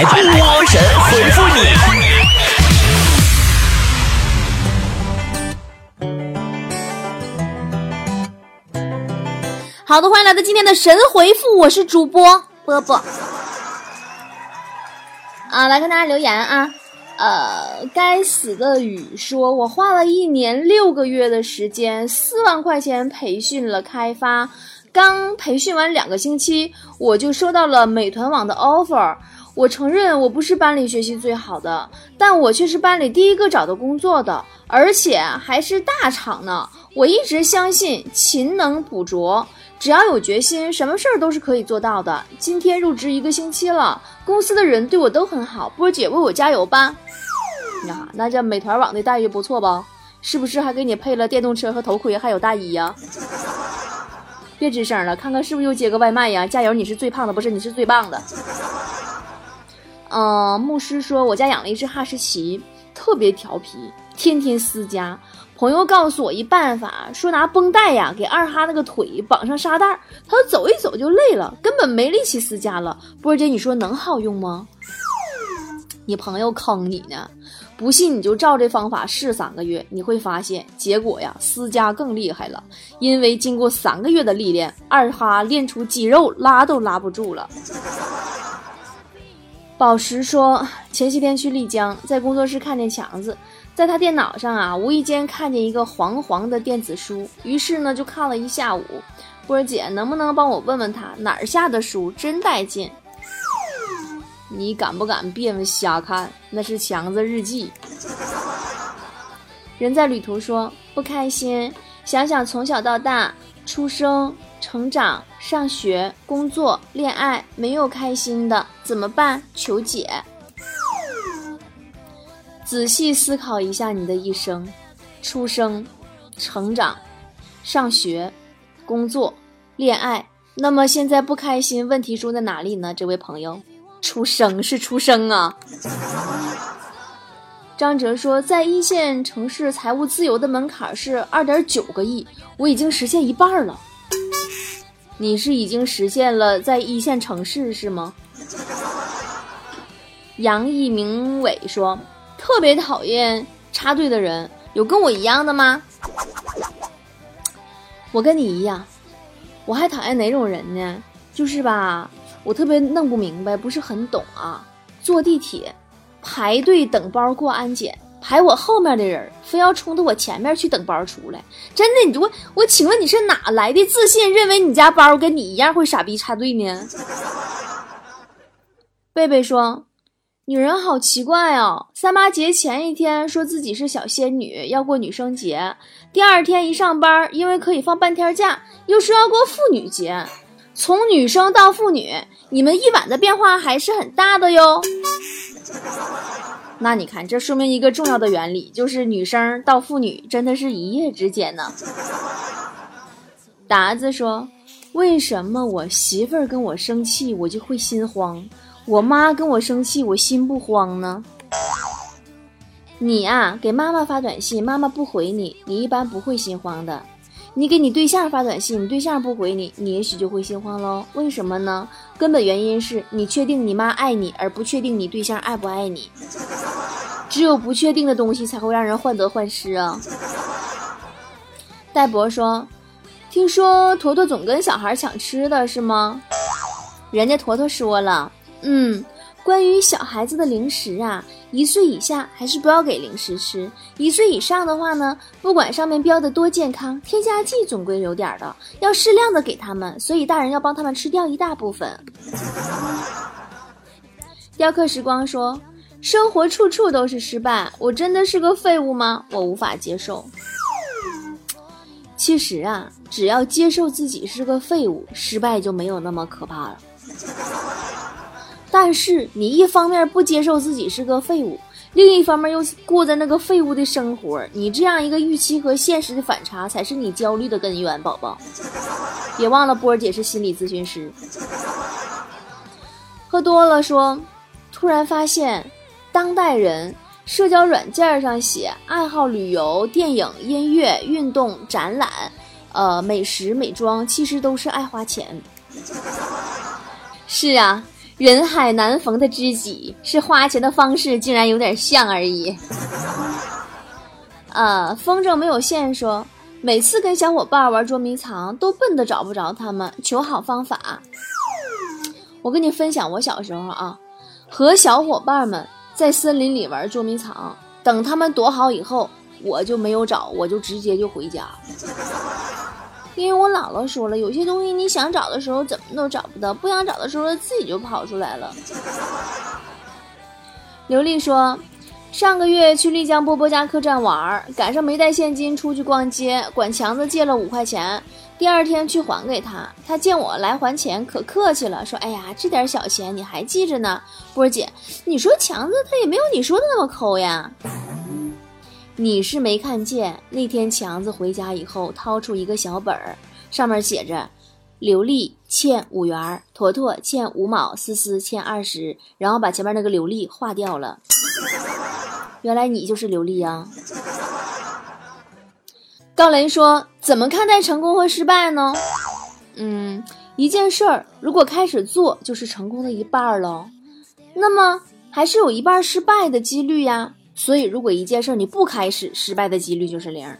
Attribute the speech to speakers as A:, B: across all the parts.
A: 来，波神回复你。
B: 好的，欢迎来到今天的神回复，我是主播波波。来跟大家留言啊。该死的雨说，我花了1年6个月的时间，4万块钱培训了开发，刚培训完2个星期，我就收到了美团网的 offer。我承认我不是班里学习最好的，但我却是班里第一个找到工作的，而且还是大厂呢。我一直相信勤能补拙，只要有决心，什么事儿都是可以做到的。今天入职1个星期了，公司的人对我都很好，波姐为我加油吧。呀，那这美团网的待遇不错吧？是不是还给你配了电动车和头盔，还有大衣呀？别吱声了，看看是不是又接个外卖呀？加油，你是最胖的，不是你是最棒的。牧师说，我家养了一只哈士奇，特别调皮，天天撕家。朋友告诉我一办法，说拿绷带呀给二哈那个腿绑上沙袋，他走一走就累了，根本没力气撕家了。波姐，你说能好用吗？你朋友坑你呢，不信你就照这方法试3个月，你会发现结果呀撕家更厉害了，因为经过3个月的历练，二哈练出肌肉拉都拉不住了。宝石说，前些天去丽江，在工作室看见强子，在他电脑上啊，无意间看见一个黄黄的电子书，于是呢就看了一下午。波姐，能不能帮我问问他哪儿下的书真带劲？你敢不敢别瞎看？那是强子日记。人在旅途说，不开心，想想从小到大，出生、成长、上学、工作、恋爱，没有开心的，怎么办？求解。仔细思考一下你的一生，出生、成长、上学、工作、恋爱，那么现在不开心，问题出在哪里呢？这位朋友，出生是出生啊。张哲说，在1线城市财务自由的门槛是2.9个亿，我已经实现一半了。你是已经实现了在1线城市是吗？杨毅明伟说，特别讨厌插队的人，有跟我一样的吗？我跟你一样，我还讨厌哪种人呢？就是吧，我特别弄不明白，不是很懂啊。坐地铁排队等包过安检，排我后面的人非要冲到我前面去等包出来，真的，我请问你是哪来的自信，认为你家包跟你一样会傻逼插队呢？贝贝说，女人好奇怪哦，3·8节前一天说自己是小仙女，要过女生节，第2天一上班，因为可以放半天假，又说要过妇女节。从女生到妇女，你们一晚的变化还是很大的哟。那你看，这说明一个重要的原理，就是女生到妇女真的是一夜之间呢。达子说，为什么我媳妇儿跟我生气我就会心慌，我妈跟我生气我心不慌呢？你啊，给妈妈发短信，妈妈不回你，你一般不会心慌的。你给你对象发短信，你对象不回你，你也许就会心慌咯。为什么呢？根本原因是你确定你妈爱你，而不确定你对象爱不爱你。只有不确定的东西才会让人患得患失啊。戴博说，听说坨坨总跟小孩抢吃的是吗？人家坨坨说了，关于小孩子的零食啊，1岁以下还是不要给零食吃，1岁以上的话呢，不管上面标的多健康，添加剂总归有点的，要适量的给他们，所以大人要帮他们吃掉一大部分。雕刻时光说，生活处处都是失败，我真的是个废物吗？我无法接受。其实啊，只要接受自己是个废物，失败就没有那么可怕了。但是你一方面不接受自己是个废物，另一方面又过着那个废物的生活，你这样一个预期和现实的反差才是你焦虑的根源，宝宝。别忘了波儿姐是心理咨询师。喝多了说，突然发现当代人社交软件上写爱好旅游、电影、音乐、运动、展览、美食、美妆，其实都是爱花钱。是啊， 人海难逢的知己，是花钱的方式竟然有点像而已。风筝没有线说，每次跟小伙伴玩捉迷藏都笨得找不着他们，求好方法。我跟你分享我小时候啊，和小伙伴们在森林里玩捉迷藏，等他们躲好以后，我就没有找，我就直接就回家。因为我姥姥说了，有些东西你想找的时候怎么都找不到，不想找的时候自己就跑出来了。刘丽说，上个月去丽江波波家客栈玩，赶上没带现金出去逛街，管强子借了5块钱，第二天去还给他，他见我来还钱可客气了，说哎呀，这点小钱你还记着呢。波儿姐，你说强子他也没有你说的那么抠呀。你是没看见，那天强子回家以后掏出一个小本儿，上面写着刘丽欠5元，坨坨欠5毛，思思欠20，然后把前面那个刘丽划掉了。原来你就是刘丽啊。高雷说，怎么看待成功和失败呢？一件事儿如果开始做就是成功的一半了，那么还是有一半失败的几率呀。所以如果一件事你不开始，失败的几率就是0。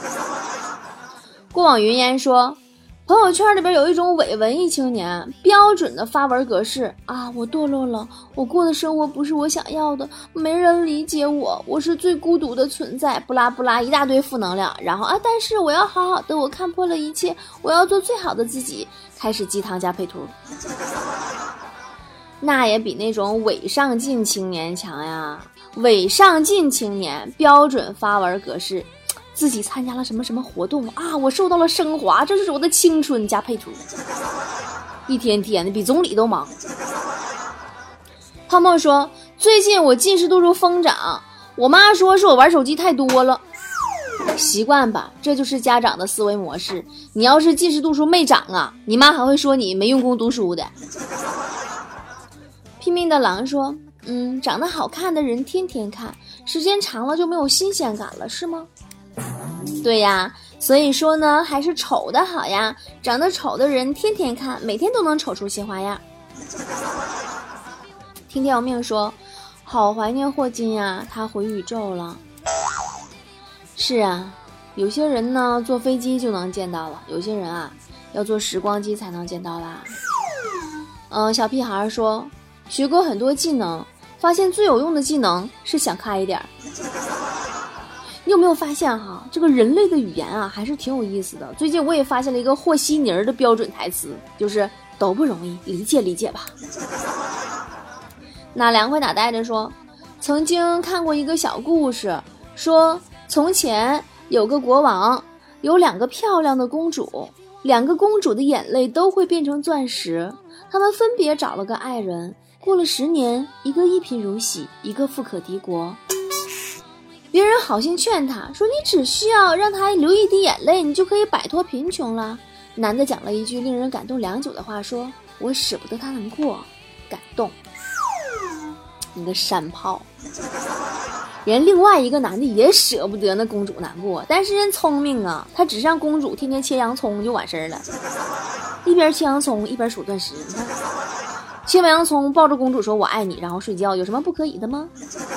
B: 过往云烟说，朋友圈里边有一种伪文艺青年，标准的发文格式啊，我堕落了，我过的生活不是我想要的，没人理解我，我是最孤独的存在，不拉不拉一大堆负能量，然后但是我要好好的，我看破了一切，我要做最好的自己，开始鸡汤加配图。那也比那种伪上进青年强呀。伪上进青年标准发文格式，自己参加了什么什么活动啊，我受到了升华，这是我的青春加配图，一天天的比总理都忙。泡沫说，最近我近视度数疯涨，我妈说是我玩手机太多了。习惯吧，这就是家长的思维模式，你要是近视度数没涨啊，你妈还会说你没用功读书的。拼命的狼说，长得好看的人天天看，时间长了就没有新鲜感了，是吗？对呀，所以说呢，还是丑的好呀，长得丑的人天天看，每天都能丑出新花样。听天由命说，好怀念霍金呀，他回宇宙了。是啊，有些人呢坐飞机就能见到了，有些人啊要坐时光机才能见到啦。小屁孩说，学过很多技能，发现最有用的技能是想开一点。你有没有发现哈，这个人类的语言啊还是挺有意思的。最近我也发现了一个和稀泥的标准台词，就是都不容易，理解理解吧。哪凉快哪带着说，曾经看过一个小故事，说从前有个国王，有2个漂亮的公主，2个公主的眼泪都会变成钻石，她们分别找了个爱人，过了10年，一个一贫如洗，一个富可敌国。别人好心劝他说，你只需要让他流一滴眼泪，你就可以摆脱贫穷了。男的讲了一句令人感动良久的话，说，我舍不得他难过，感动。你个山炮。人另外一个男的也舍不得那公主难过，但是人聪明啊，他只让公主天天切洋葱就完事儿了，一边切洋葱一边数钻石。你看，切完洋葱抱着公主说我爱你，然后睡觉，有什么不可以的吗？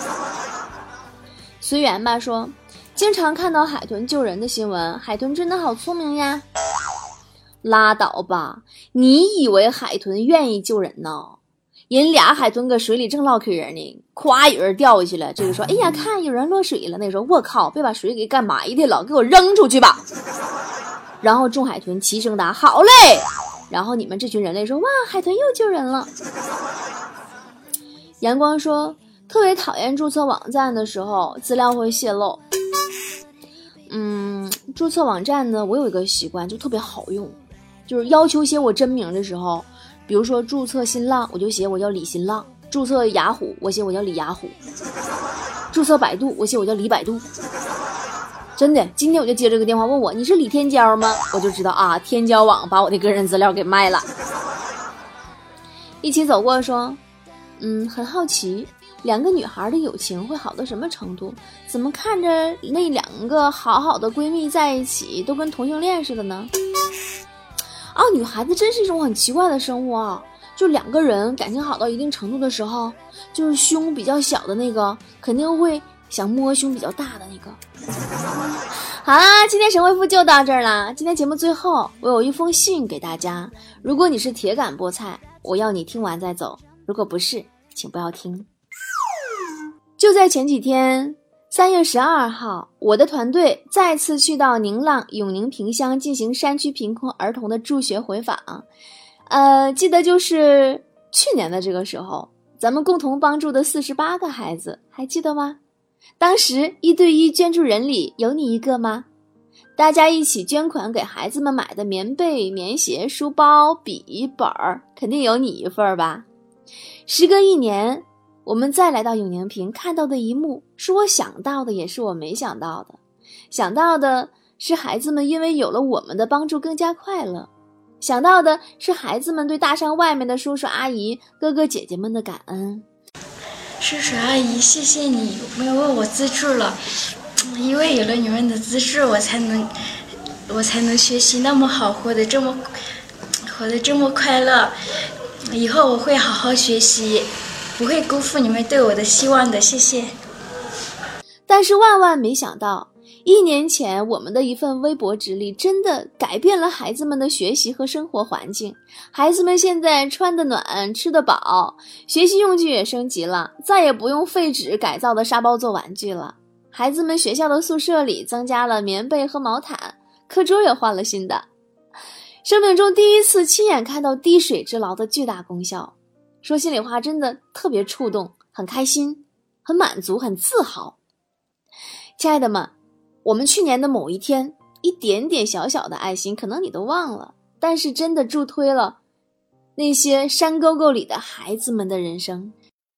B: 随缘吧说，经常看到海豚救人的新闻，海豚真的好聪明呀。拉倒吧，你以为海豚愿意救人呢？人俩海豚搁水里正唠嗑呢，夸有人掉下去了，这个说哎呀看有人落水了，那个说我靠别把水给干埋汰了，给我扔出去吧。然后众海豚齐声答好嘞，然后你们这群人类说哇海豚又救人了。阳光说，特别讨厌注册网站的时候资料会泄露。注册网站呢，我有一个习惯就特别好用，就是要求写我真名的时候，比如说注册新浪我就写我叫李新浪，注册雅虎我写我叫李雅虎，注册百度我写我叫李百度。真的，今天我就接这个电话问我你是李天骄吗？我就知道啊，天骄网把我的个人资料给卖了。一起走过说，很好奇2个女孩的友情会好到什么程度？怎么看着那2个好好的闺蜜在一起都跟同性恋似的呢？女孩子真是一种很奇怪的生物啊， 就2个人感情好到一定程度的时候，就是胸比较小的那个肯定会想摸胸比较大的那个。好啦，今天神回复就到这儿啦。今天节目最后我有一封信给大家，如果你是铁杆菠菜，我要你听完再走，如果不是请不要听。就在前几天3月12号，我的团队再次去到宁浪永宁萍乡进行山区贫困儿童的助学回访。记得就是去年的这个时候，咱们共同帮助的48个孩子，还记得吗？当时1对1捐助人里有你一个吗？大家一起捐款给孩子们买的棉被、棉鞋、书包、笔、本儿，肯定有你一份吧。时隔1年，我们再来到永宁坪，看到的一幕是我想到的，也是我没想到的。想到的是孩子们因为有了我们的帮助更加快乐，想到的是孩子们对大山外面的叔叔阿姨、哥哥姐姐们的感恩。
C: 叔叔阿姨，谢谢你没有为我资助了，因为有了你们的资助，我才能学习那么好，活得这么快乐。以后我会好好学习，不会辜负你们对我的希望的，谢谢。
B: 但是万万没想到，1年前我们的一份微薄之力真的改变了孩子们的学习和生活环境。孩子们现在穿得暖，吃得饱，学习用具也升级了，再也不用废纸改造的沙包做玩具了。孩子们学校的宿舍里增加了棉被和毛毯，课桌也换了新的。生命中第一次亲眼看到滴水之劳的巨大功效，说心里话真的特别触动，很开心，很满足，很自豪。亲爱的们，我们去年的某一天，一点点小小的爱心可能你都忘了，但是真的助推了那些山沟沟里的孩子们的人生。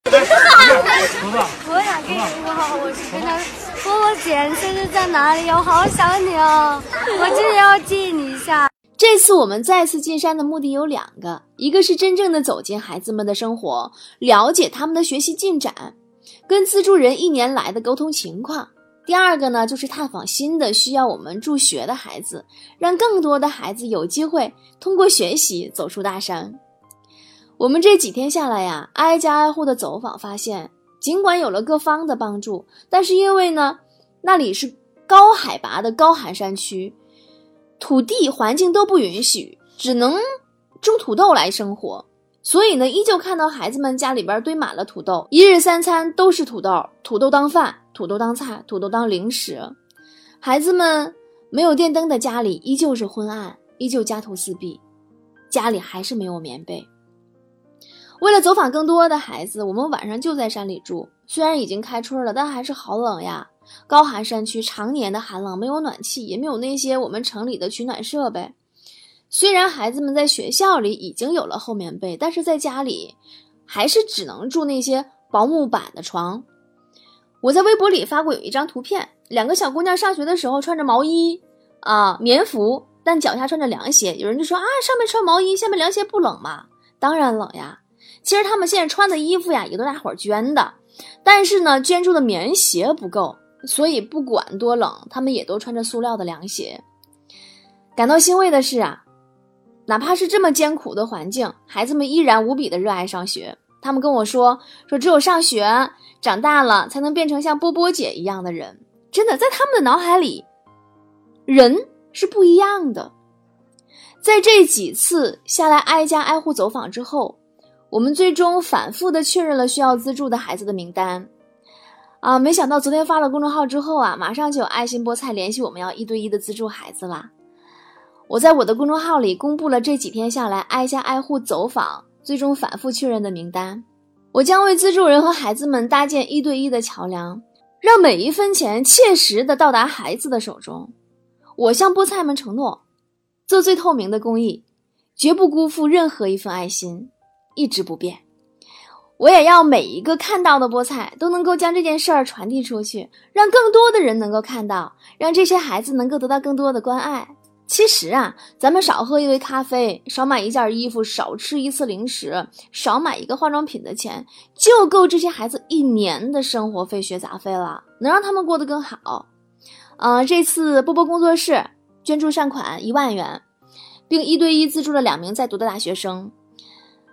D: 我想跟你说，我是跟他说我姐生日在哪里，我好想你哦，我真的要记你一下。
B: 这次我们再次进山的目的有2个，一个是真正的走进孩子们的生活，了解他们的学习进展，跟资助人1年来的沟通情况。第2个呢，就是探访新的需要我们助学的孩子，让更多的孩子有机会通过学习走出大山。我们这几天下来呀，挨家挨户的走访发现，尽管有了各方的帮助，但是因为呢，那里是高海拔的高寒山区，土地环境都不允许，只能种土豆来生活，所以呢，依旧看到孩子们家里边堆满了土豆，一日3餐都是土豆，土豆当饭，土豆当菜，土豆当零食。孩子们没有电灯的家里依旧是昏暗，依旧家徒四壁，家里还是没有棉被。为了走访更多的孩子，我们晚上就在山里住，虽然已经开春了，但还是好冷呀。高寒山区常年的寒冷，没有暖气，也没有那些我们城里的取暖设备。虽然孩子们在学校里已经有了厚棉被，但是在家里还是只能住那些薄木板的床。我在微博里发过有一张图片，2个小姑娘上学的时候穿着毛衣棉服，但脚下穿着凉鞋。有人就说上面穿毛衣，下面凉鞋不冷吗？当然冷呀。其实他们现在穿的衣服呀，也都大伙捐的，但是呢，捐助的棉鞋不够，所以不管多冷，他们也都穿着塑料的凉鞋。感到欣慰的是哪怕是这么艰苦的环境，孩子们依然无比的热爱上学。他们跟我说只有上学长大了才能变成像波波姐一样的人。真的，在他们的脑海里，人是不一样的。在这几次下来挨家挨户走访之后，我们最终反复的确认了需要资助的孩子的名单。没想到昨天发了公众号之后马上就有爱心菠菜联系我们要1对1的资助孩子啦。我在我的公众号里公布了这几天下来挨家挨户走访最终反复确认的名单。我将为资助人和孩子们搭建1对1的桥梁，让每一分钱切实的到达孩子的手中。我向菠菜们承诺，做最透明的公益，绝不辜负任何一份爱心，一直不变。我也要每一个看到的菠菜都能够将这件事儿传递出去，让更多的人能够看到，让这些孩子能够得到更多的关爱。其实咱们少喝一杯咖啡，少买一件衣服，少吃一次零食，少买一个化妆品的钱，就够这些孩子1年的生活费学杂费了，能让他们过得更好。这次波波工作室捐助善款1万元，并1对1资助了2名在读的大学生。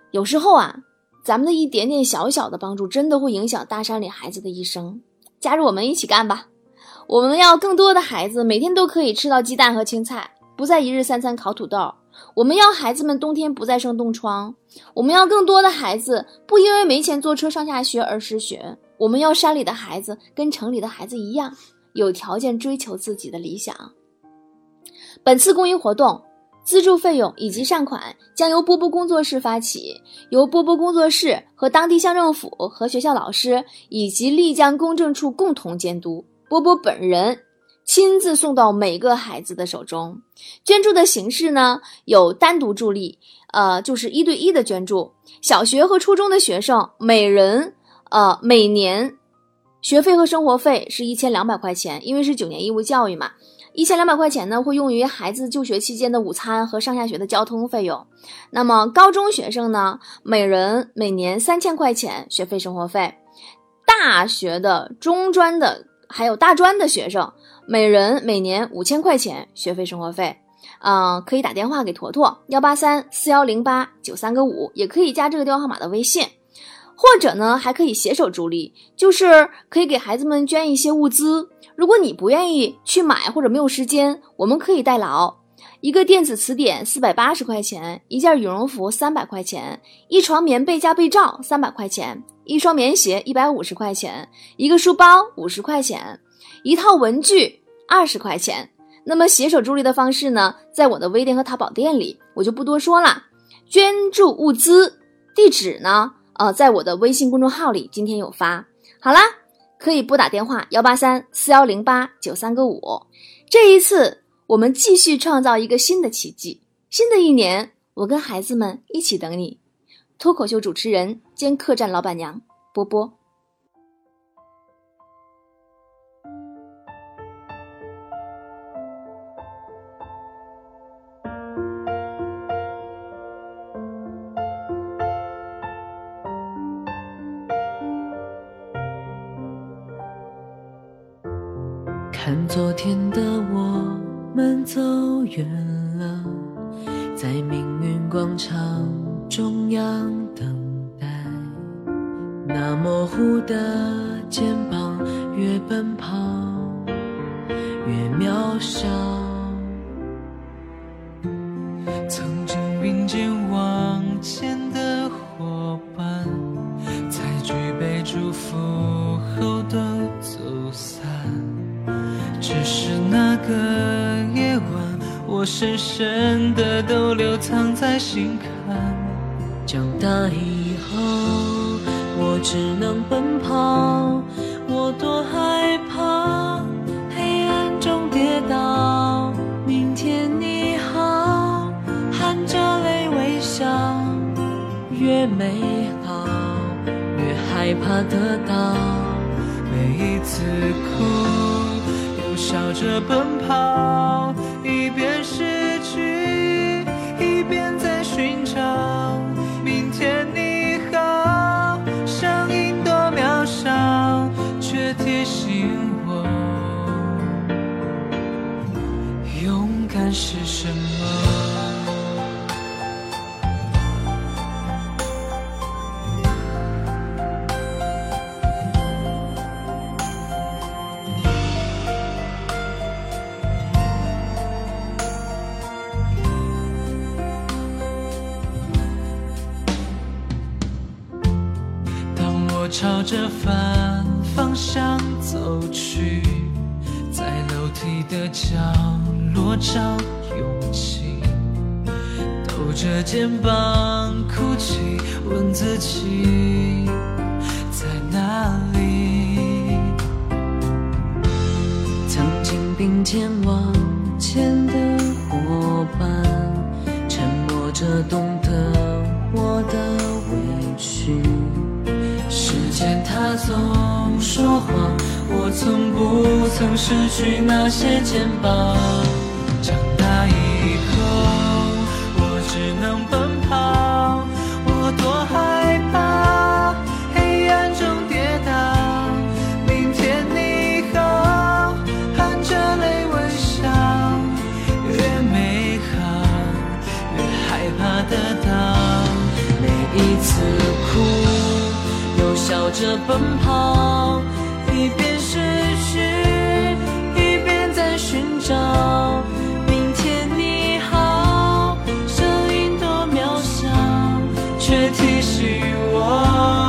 B: 有时候啊，咱们的一点点小小的帮助真的会影响大山里孩子的一生。加入我们一起干吧。我们要更多的孩子每天都可以吃到鸡蛋和青菜，不再一日三餐烤土豆。我们要孩子们冬天不再生冻疮。我们要更多的孩子不因为没钱坐车上下学而失学。我们要山里的孩子跟城里的孩子一样，有条件追求自己的理想。本次公益活动资助费用以及善款将由波波工作室发起，由波波工作室和当地乡政府和学校老师以及丽江公证处共同监督，波波本人亲自送到每个孩子的手中。捐助的形式呢，有单独助力，就是1对1的捐助。小学和初中的学生每年学费和生活费是1200块钱，因为是9年义务教育嘛。1200块钱呢，会用于孩子就学期间的午餐和上下学的交通费用。那么高中学生呢，每年3000块钱学费生活费。大学的、中专的还有大专的学生，每年5000块钱学费生活费。可以打电话给坨坨18341089395，也可以加这个电话号码的微信。或者呢，还可以携手助力，就是可以给孩子们捐一些物资。如果你不愿意去买或者没有时间，我们可以代劳。一个电子词典480块钱，一件羽绒服300块钱，一床棉被加被罩300块钱，一双棉鞋150块钱，一个书包50块钱，一套文具20块钱。那么携手助力的方式呢，在我的微店和淘宝店里，我就不多说了。捐助物资地址呢，在我的微信公众号里今天有发。好啦，可以拨打电话18341089395。这一次我们继续创造一个新的奇迹。新的一年，我跟孩子们一起等你。脱口秀主持人兼客栈老板娘波波。
E: 看昨天的我们走远了，在命运广场中央等待，那模糊的肩膀越奔跑越渺小。曾经并肩往前的伙伴，在举杯祝福后都走散，只是那个夜晚，我深深的都留藏在心坎。长大以后，我只能奔跑，我多害怕黑暗中跌倒。明天你好，含着泪微笑，越美好越害怕得到。每一次哭笑着奔跑，一边失去一边在寻找。明天你好，声音多渺小，却提醒我勇敢是什么。朝着反方向走去，在楼梯的角落找勇气，抖着肩膀哭泣，问自己在哪里。曾经并肩往前的伙伴，沉默着懂得我的委屈。时间它总说谎，我从不曾失去那些肩膀。长大以后，我只能奔跑，我多害怕黑暗中跌倒。明天你好，含着泪微笑，越美好越害怕得到。每一笑着奔跑，一边失去，一边在寻找。明天你好，声音多渺小，却提醒我，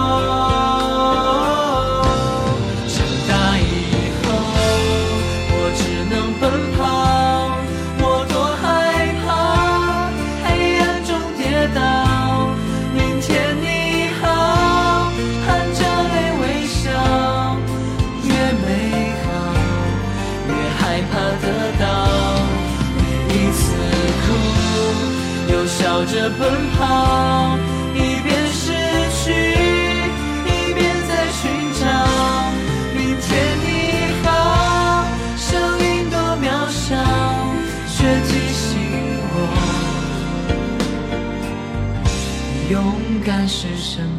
E: 长大以后我只能奔跑，我多害怕黑暗中跌倒。明天你好，含着泪微笑，越美好越害怕得到。每一次哭又笑着奔跑，一边失去一边在寻找。明天你好，声音多渺小，却提醒我，勇敢是什么。